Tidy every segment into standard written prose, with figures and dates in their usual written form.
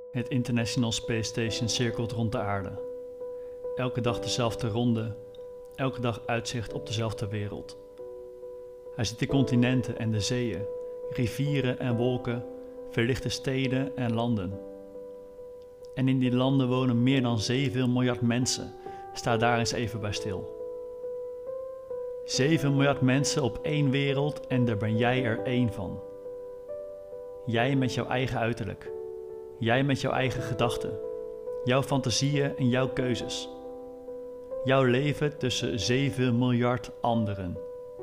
Het International Space Station cirkelt rond de aarde. Elke dag dezelfde ronde, elke dag uitzicht op dezelfde wereld. Hij ziet de continenten en de zeeën, rivieren en wolken, verlichte steden en landen. En in die landen wonen meer dan 7 miljard mensen. Sta daar eens even bij stil. 7 miljard mensen op één wereld en daar ben jij er één van. Jij met jouw eigen uiterlijk. Jij met jouw eigen gedachten. Jouw fantasieën en jouw keuzes. Jouw leven tussen 7 miljard anderen.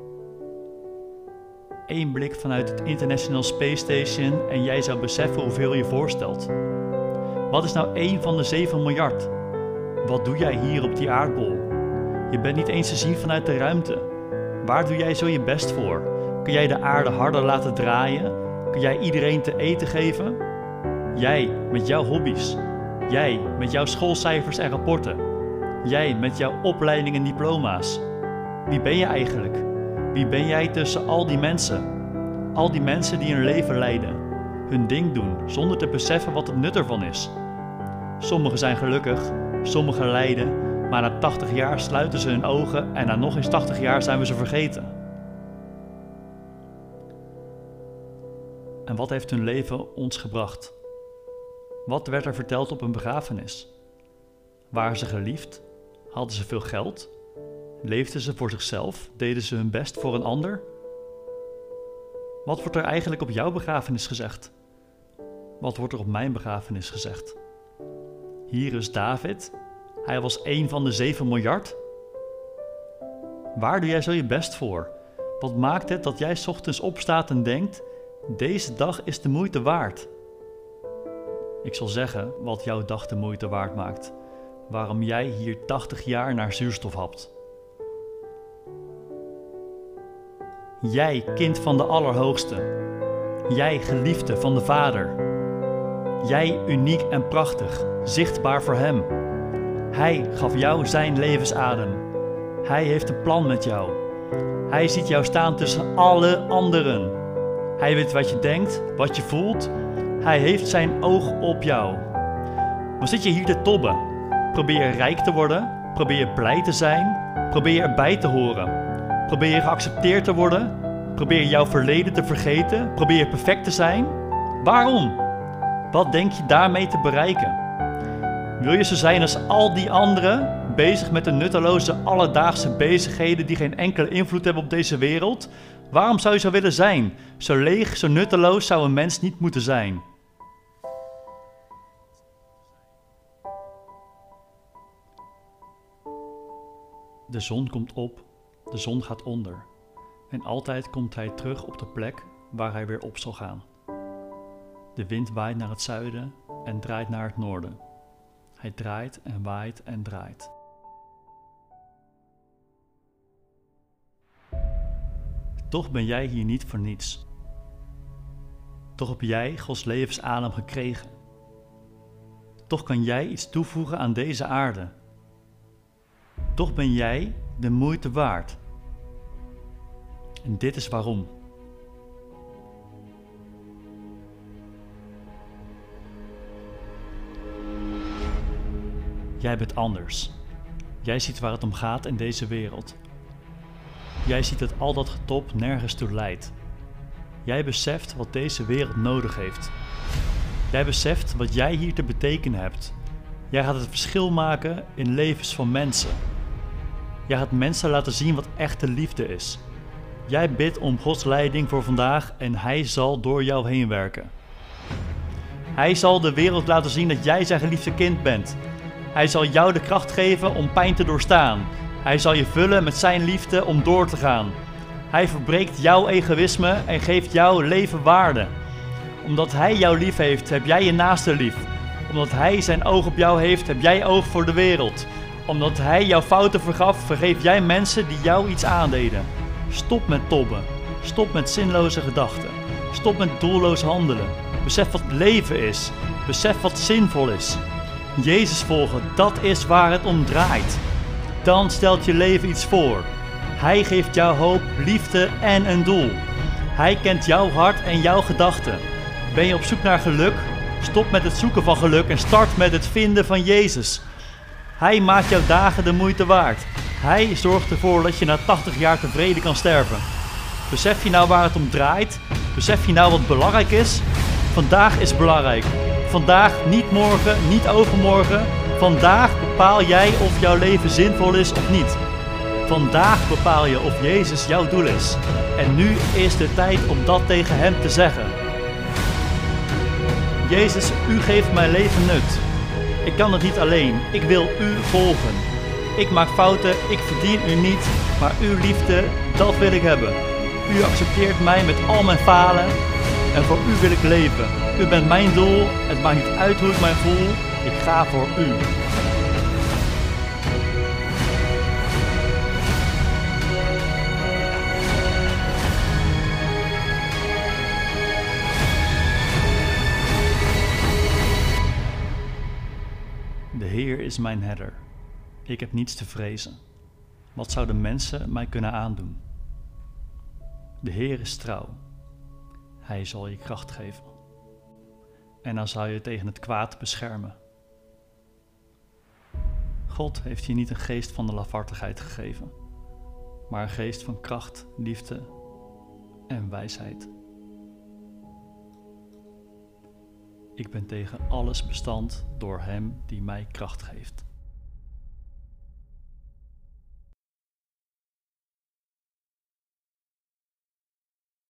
Eén blik vanuit het International Space Station en jij zou beseffen hoeveel je voorstelt. Wat is nou 1 van de 7 miljard? Wat doe jij hier op die aardbol? Je bent niet eens te zien vanuit de ruimte. Waar doe jij zo je best voor? Kun jij de aarde harder laten draaien? Kun jij iedereen te eten geven? Jij met jouw hobby's. Jij met jouw schoolcijfers en rapporten. Jij met jouw opleiding en diploma's. Wie ben je eigenlijk? Wie ben jij tussen al die mensen? Al die mensen die hun leven leiden. Hun ding doen zonder te beseffen wat het nut ervan is. Sommigen zijn gelukkig, sommigen lijden, maar na 80 jaar sluiten ze hun ogen en na nog eens 80 jaar zijn we ze vergeten. En wat heeft hun leven ons gebracht? Wat werd er verteld op een begrafenis? Waren ze geliefd? Hadden ze veel geld? Leefden ze voor zichzelf? Deden ze hun best voor een ander? Wat wordt er eigenlijk op jouw begrafenis gezegd? Wat wordt er op mijn begrafenis gezegd? Hier is David. Hij was 1 van de 7 miljard. Waar doe jij zo je best voor? Wat maakt het dat jij 's ochtends opstaat en denkt: deze dag is de moeite waard? Ik zal zeggen wat jouw dag de moeite waard maakt. Waarom jij hier 80 jaar naar zuurstof hapt. Jij, kind van de Allerhoogste. Jij, geliefde van de Vader. Jij, uniek en prachtig, zichtbaar voor Hem. Hij gaf jou zijn levensadem. Hij heeft een plan met jou. Hij ziet jou staan tussen alle anderen. Hij weet wat je denkt, wat je voelt. Hij heeft zijn oog op jou. Maar zit je hier te tobben? Probeer je rijk te worden? Probeer je blij te zijn? Probeer je erbij te horen? Probeer je geaccepteerd te worden? Probeer je jouw verleden te vergeten? Probeer je perfect te zijn? Waarom? Wat denk je daarmee te bereiken? Wil je zo zijn als al die anderen, bezig met de nutteloze alledaagse bezigheden die geen enkele invloed hebben op deze wereld? Waarom zou je zo willen zijn? Zo leeg, zo nutteloos zou een mens niet moeten zijn. De zon komt op, de zon gaat onder. En altijd komt hij terug op de plek waar hij weer op zal gaan. De wind waait naar het zuiden en draait naar het noorden. Hij draait en waait en draait. Toch ben jij hier niet voor niets. Toch heb jij Gods levensadem gekregen. Toch kan jij iets toevoegen aan deze aarde. Toch ben jij de moeite waard. En dit is waarom. Jij bent anders. Jij ziet waar het om gaat in deze wereld. Jij ziet dat al dat getop nergens toe leidt. Jij beseft wat deze wereld nodig heeft. Jij beseft wat jij hier te betekenen hebt. Jij gaat het verschil maken in levens van mensen. Jij gaat mensen laten zien wat echte liefde is. Jij bidt om Gods leiding voor vandaag en Hij zal door jou heen werken. Hij zal de wereld laten zien dat jij zijn geliefde kind bent. Hij zal jou de kracht geven om pijn te doorstaan. Hij zal je vullen met zijn liefde om door te gaan. Hij verbreekt jouw egoïsme en geeft jouw leven waarde. Omdat Hij jou lief heeft, heb jij je naaste lief. Omdat Hij zijn oog op jou heeft, heb jij oog voor de wereld. Omdat Hij jouw fouten vergaf, vergeef jij mensen die jou iets aandeden. Stop met tobben. Stop met zinloze gedachten. Stop met doelloos handelen. Besef wat leven is. Besef wat zinvol is. Jezus volgen, dat is waar het om draait. Dan stelt je leven iets voor. Hij geeft jou hoop, liefde en een doel. Hij kent jouw hart en jouw gedachten. Ben je op zoek naar geluk? Stop met het zoeken van geluk en start met het vinden van Jezus. Hij maakt jouw dagen de moeite waard. Hij zorgt ervoor dat je na 80 jaar tevreden kan sterven. Besef je nou waar het om draait? Besef je nou wat belangrijk is? Vandaag is belangrijk. Vandaag, niet morgen, niet overmorgen. Vandaag bepaal jij of jouw leven zinvol is of niet. Vandaag bepaal je of Jezus jouw doel is. En nu is de tijd om dat tegen Hem te zeggen. Jezus, U geeft mijn leven nut. Ik kan het niet alleen. Ik wil U volgen. Ik maak fouten, ik verdien U niet, maar Uw liefde, dat wil ik hebben. U accepteert mij met al mijn falen en voor U wil ik leven. U bent mijn doel, het maakt niet uit hoe ik mij voel, ik ga voor U. De Heer is mijn herder. Ik heb niets te vrezen. Wat zouden mensen mij kunnen aandoen? De Heer is trouw. Hij zal je kracht geven. En dan zal je tegen het kwaad beschermen. God heeft je niet een geest van de lafhartigheid gegeven, maar een geest van kracht, liefde en wijsheid. Ik ben tegen alles bestand door Hem die mij kracht geeft.